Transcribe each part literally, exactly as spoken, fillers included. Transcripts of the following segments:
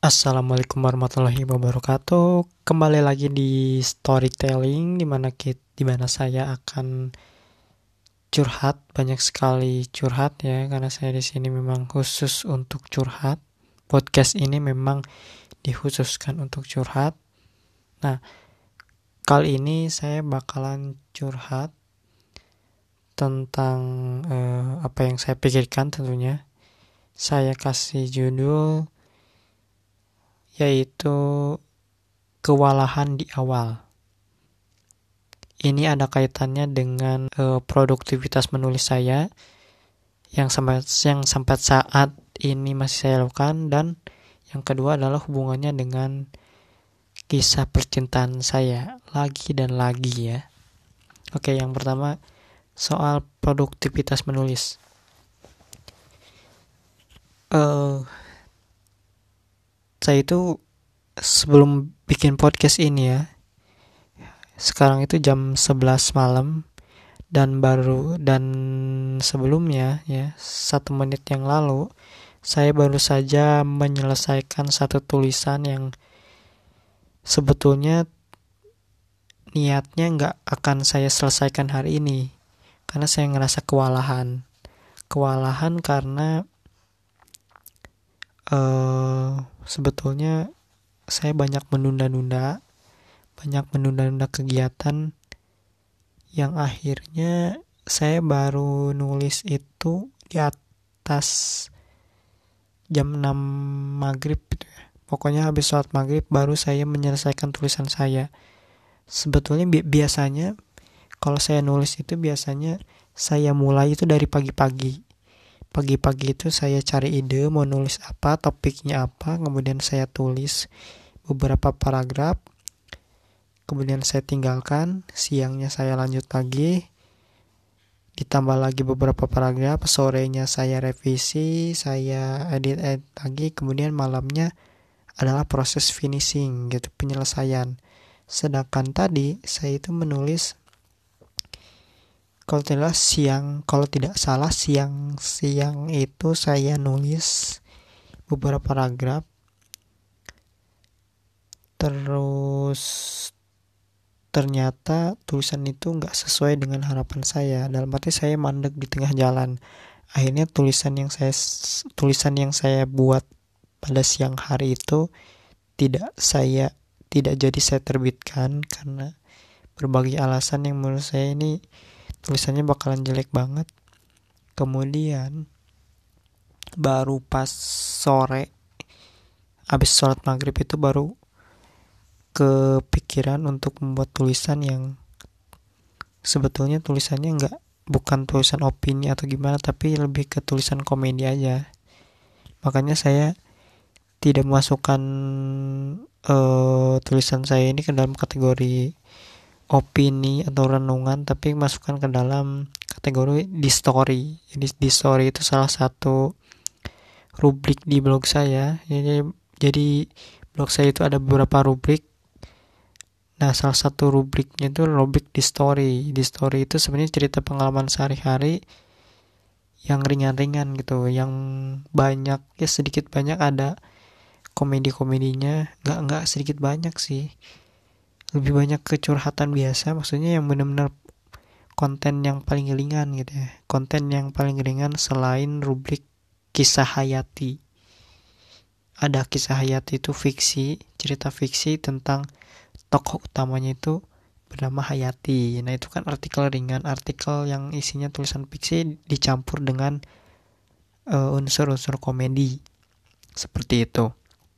Assalamualaikum warahmatullahi wabarakatuh. Kembali lagi di storytelling di mana kit di mana saya akan curhat, banyak sekali curhat ya karena saya di sini memang khusus untuk curhat. Podcast ini memang dikhususkan untuk curhat. Nah, kali ini saya bakalan curhat tentang eh, apa yang saya pikirkan tentunya. Saya kasih judul yaitu kewalahan di awal. Ini ada kaitannya dengan uh, produktivitas menulis saya yang sampai yang sampai saat ini masih saya lakukan, dan yang kedua adalah hubungannya dengan kisah percintaan saya lagi dan lagi ya. Oke, yang pertama soal produktivitas menulis. Uh, saya itu sebelum bikin podcast ini ya, sekarang itu jam sebelas malam, dan baru dan sebelumnya ya satu menit yang lalu saya baru saja menyelesaikan satu tulisan yang sebetulnya niatnya nggak akan saya selesaikan hari ini karena saya ngerasa kewalahan kewalahan karena uh, sebetulnya saya banyak menunda-nunda banyak menunda-nunda kegiatan yang akhirnya saya baru nulis itu di atas jam enam maghrib gitu ya. Pokoknya habis sholat maghrib baru saya menyelesaikan tulisan saya. Sebetulnya bi- biasanya kalau saya nulis itu biasanya saya mulai itu dari pagi-pagi. Pagi-pagi itu saya cari ide mau nulis apa, topiknya apa, kemudian saya tulis beberapa paragraf, kemudian saya tinggalkan, siangnya saya lanjut lagi, ditambah lagi beberapa paragraf, sorenya saya revisi, saya edit-edit lagi, kemudian malamnya adalah proses finishing gitu, penyelesaian. Sedangkan tadi saya itu menulis kalau tidak siang, kalau tidak salah siang siang itu saya nulis beberapa paragraf, terus ternyata tulisan itu nggak sesuai dengan harapan saya. Dalam arti saya mandek di tengah jalan. Akhirnya tulisan yang saya tulisan yang saya buat pada siang hari itu tidak saya tidak jadi saya terbitkan karena berbagai alasan yang menurut saya ini tulisannya bakalan jelek banget. Kemudian baru pas sore habis sholat maghrib itu baru kepikiran untuk membuat tulisan yang sebetulnya tulisannya nggak bukan tulisan opini atau gimana, tapi lebih ke tulisan komedi aja. Makanya saya tidak memasukkan uh, tulisan saya ini ke dalam kategori opini atau renungan, tapi masukkan ke dalam kategori di story. Jadi di story itu salah satu rubrik di blog saya. Jadi, jadi blog saya itu ada beberapa rubrik. Nah, salah satu rubriknya itu rubrik di story. Di story itu sebenarnya cerita pengalaman sehari-hari yang ringan-ringan gitu, yang banyak ya sedikit banyak ada komedi-komedinya, nggak nggak sedikit banyak sih, lebih banyak kecurhatan biasa, maksudnya yang benar-benar konten yang paling ringan gitu ya, konten yang paling ringan selain rubrik kisah hayati. Ada kisah hayati itu fiksi, cerita fiksi tentang tokoh utamanya itu bernama Hayati. Nah itu kan artikel ringan, artikel yang isinya tulisan fiksi dicampur dengan uh, unsur-unsur komedi seperti itu.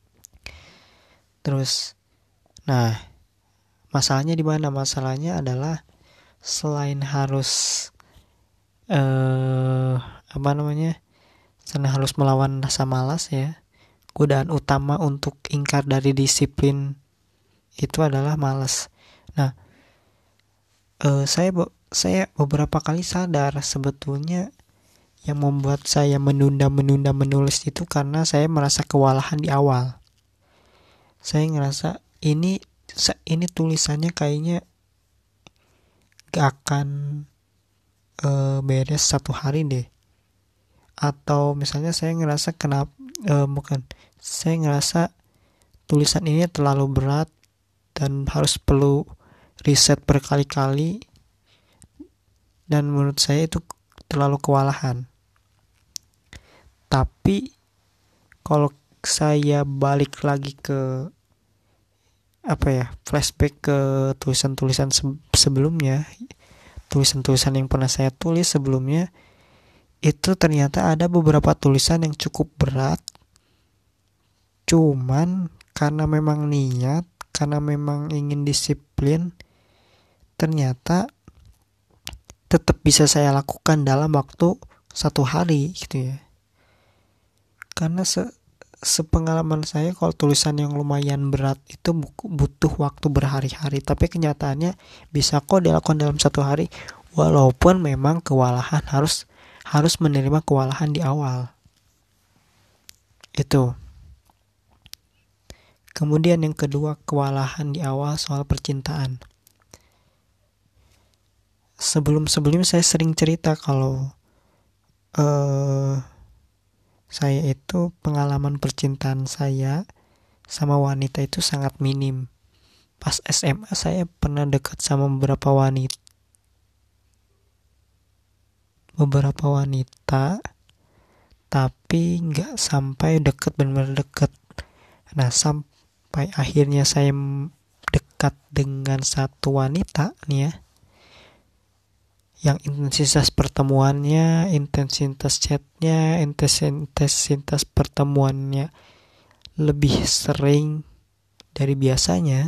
Terus, nah masalahnya di mana? Masalahnya adalah selain harus uh, apa namanya, selain harus melawan rasa malas ya, godaan utama untuk ingkar dari disiplin itu adalah malas. Nah, uh, saya saya beberapa kali sadar sebetulnya yang membuat saya menunda-menunda menulis itu karena saya merasa kewalahan di awal. Saya ngerasa ini ini tulisannya kayaknya gak akan uh, beres satu hari deh. Atau misalnya saya ngerasa kenapa uh, bukan saya ngerasa tulisan ini terlalu berat dan harus perlu riset berkali-kali, dan menurut saya itu terlalu kewalahan. Tapi kalau saya balik lagi ke apa ya, flashback ke tulisan-tulisan se- sebelumnya, tulisan-tulisan yang pernah saya tulis sebelumnya, itu ternyata ada beberapa tulisan yang cukup berat. Cuman karena memang niat, karena memang ingin disiplin, ternyata tetap bisa saya lakukan dalam waktu satu hari gitu ya. Karena se sepengalaman saya, kalau tulisan yang lumayan berat itu butuh waktu berhari-hari, tapi kenyataannya bisa kok dilakukan dalam satu hari, walaupun memang kewalahan, harus harus menerima kewalahan di awal itu. Kemudian yang kedua, kewalahan di awal soal percintaan. Sebelum-sebelumnya saya sering cerita kalau uh, saya itu pengalaman percintaan saya sama wanita itu sangat minim. Pas S M A saya pernah dekat sama beberapa wanita, beberapa wanita, tapi nggak sampai deket, benar-benar deket. Nah, sampai akhirnya saya dekat dengan satu wanita nih ya, yang intensitas pertemuannya, intensitas chatnya, intensitas pertemuannya lebih sering dari biasanya,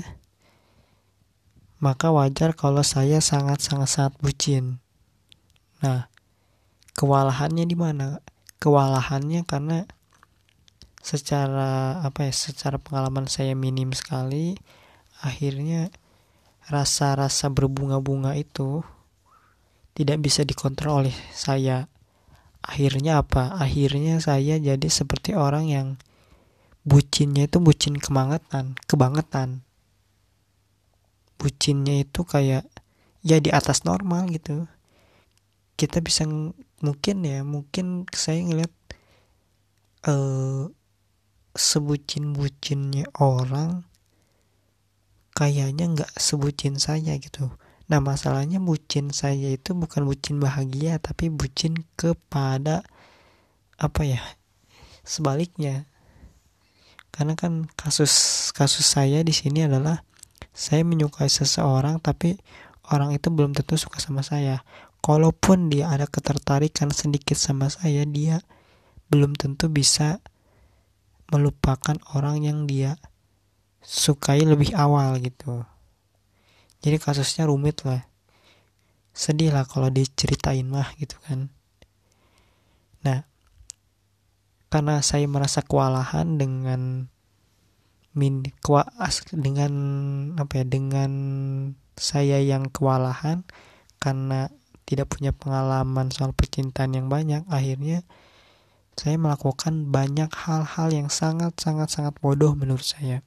maka wajar kalau saya sangat-sangat-sangat bucin. Nah, kewalahannya di mana? Kewalahannya karena secara apa ya, secara pengalaman saya minim sekali, akhirnya rasa-rasa berbunga-bunga itu tidak bisa dikontrol oleh saya. Akhirnya apa? Akhirnya saya jadi seperti orang yang bucinnya itu bucin kebangetan, kebangetan. Bucinnya itu kayak ya di atas normal gitu. Kita bisa mungkin ya, mungkin saya ngeliat eh, sebucin-bucinnya orang kayaknya nggak sebucin saya gitu. Nah, masalahnya bucin saya itu bukan bucin bahagia, tapi bucin kepada apa ya, sebaliknya. Karena kan kasus kasus saya di sini adalah saya menyukai seseorang, tapi orang itu belum tentu suka sama saya. Kalaupun dia ada ketertarikan sedikit sama saya, dia belum tentu bisa melupakan orang yang dia sukai lebih awal gitu. Jadi kasusnya rumit lah, sedih lah kalau diceritain mah gitu kan. Nah, karena saya merasa kewalahan dengan min kuas dengan apa ya, dengan saya yang kewalahan karena tidak punya pengalaman soal percintaan yang banyak, akhirnya saya melakukan banyak hal-hal yang sangat-sangat-sangat bodoh menurut saya.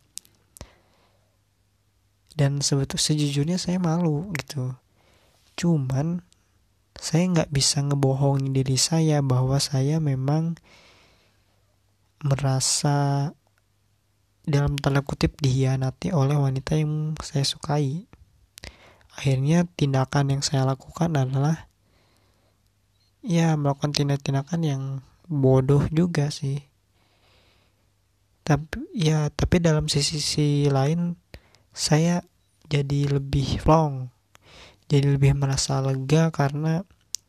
Dan sebetulnya sejujurnya saya malu gitu. Cuman saya nggak bisa ngebohongin diri saya bahwa saya memang merasa dalam tanda kutip dikhianati oleh wanita yang saya sukai. Akhirnya tindakan yang saya lakukan adalah ya melakukan tindak-tindakan yang bodoh juga sih. Tapi ya tapi dalam sisi lain saya jadi lebih plong, jadi lebih merasa lega karena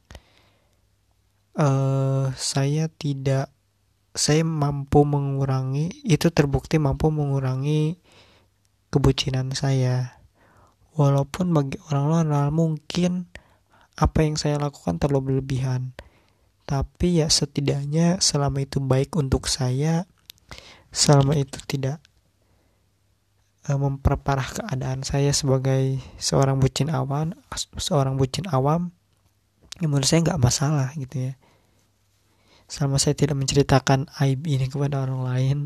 uh, saya tidak saya mampu mengurangi, itu terbukti mampu mengurangi kebucinan saya. Walaupun bagi orang lain mungkin apa yang saya lakukan terlalu berlebihan, tapi ya setidaknya selama itu baik untuk saya, selama itu tidak memperparah keadaan saya sebagai seorang bucin awam, seorang bucin awam, ya menurut saya nggak masalah gitu ya. Selama saya tidak menceritakan aib ini kepada orang lain,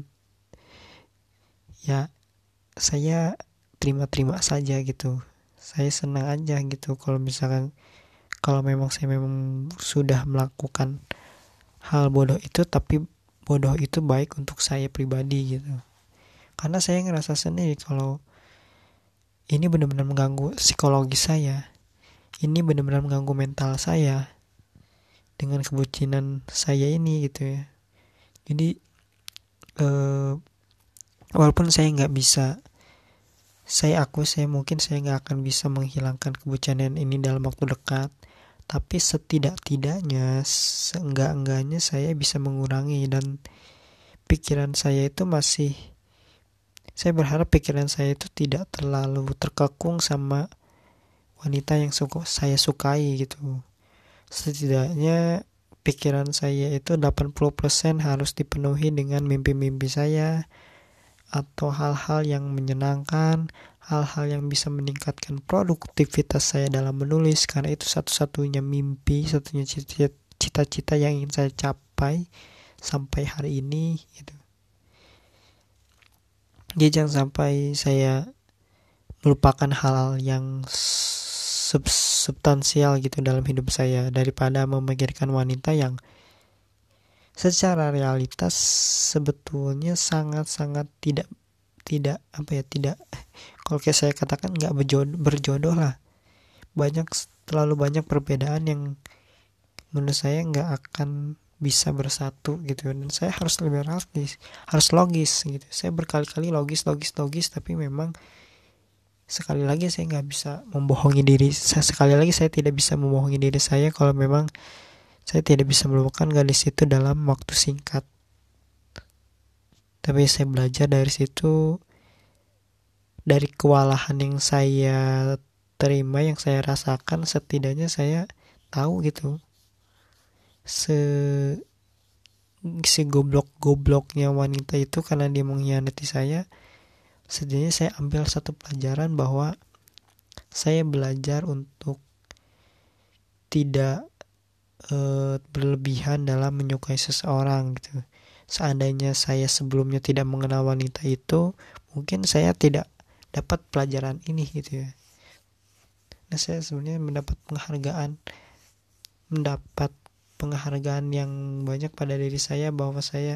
ya saya terima-terima saja gitu. Saya senang aja gitu kalau misalkan kalau memang saya memang sudah melakukan hal bodoh itu, tapi bodoh itu baik untuk saya pribadi gitu. Karena saya ngerasa sendiri kalau ini benar-benar mengganggu psikologi saya, ini benar-benar mengganggu mental saya dengan kebucinan saya ini gitu ya. Jadi eh, walaupun saya nggak bisa, saya aku saya mungkin saya nggak akan bisa menghilangkan kebucinan ini dalam waktu dekat, tapi setidak-tidaknya seenggak-enggaknya saya bisa mengurangi, dan pikiran saya itu masih, saya berharap pikiran saya itu tidak terlalu terkekung sama wanita yang suka, saya sukai gitu. Setidaknya pikiran saya itu delapan puluh persen harus dipenuhi dengan mimpi-mimpi saya atau hal-hal yang menyenangkan, hal-hal yang bisa meningkatkan produktivitas saya dalam menulis, karena itu satu-satunya mimpi, satunya cita-cita yang ingin saya capai sampai hari ini gitu. Jadi jangan sampai saya melupakan hal-hal yang sub- substansial gitu dalam hidup saya, daripada memikirkan wanita yang secara realitas sebetulnya sangat-sangat tidak tidak apa ya tidak kalau kayak saya katakan nggak berjodoh, berjodoh lah. Banyak, terlalu banyak perbedaan yang menurut saya nggak akan bisa bersatu gitu, dan saya harus lebih realistis, harus logis gitu. Saya berkali-kali logis logis logis tapi memang sekali lagi saya nggak bisa membohongi diri saya, sekali lagi saya tidak bisa membohongi diri saya kalau memang saya tidak bisa melupakan gadis itu dalam waktu singkat. Tapi saya belajar dari situ, dari kewalahan yang saya terima, yang saya rasakan, setidaknya saya tahu gitu se si goblok-gobloknya wanita itu karena dia mengkhianati saya. Setidaknya saya ambil satu pelajaran bahwa saya belajar untuk tidak e, berlebihan dalam menyukai seseorang gitu. Seandainya saya sebelumnya tidak mengenal wanita itu, mungkin saya tidak dapat pelajaran ini gitu ya. Nah, saya sebenarnya mendapat penghargaan, mendapat penghargaan yang banyak pada diri saya bahwa saya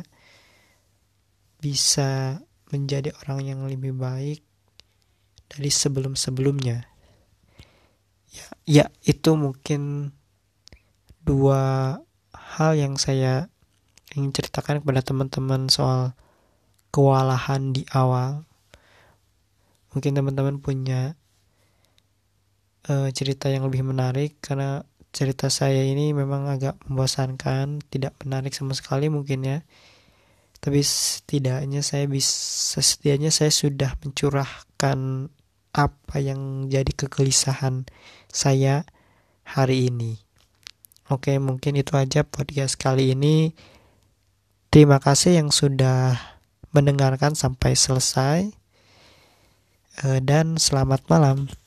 bisa menjadi orang yang lebih baik dari sebelum-sebelumnya. Ya, ya itu mungkin dua hal yang saya ingin ceritakan kepada teman-teman soal kewalahan di awal. Mungkin teman-teman punya uh, cerita yang lebih menarik, karena cerita saya ini memang agak membosankan, tidak menarik sama sekali mungkin ya. Tapi setidaknya saya bisa, setidaknya saya sudah mencurahkan apa yang jadi kegelisahan saya hari ini. Oke, mungkin itu aja podcast kali ini. Terima kasih yang sudah mendengarkan sampai selesai, dan selamat malam.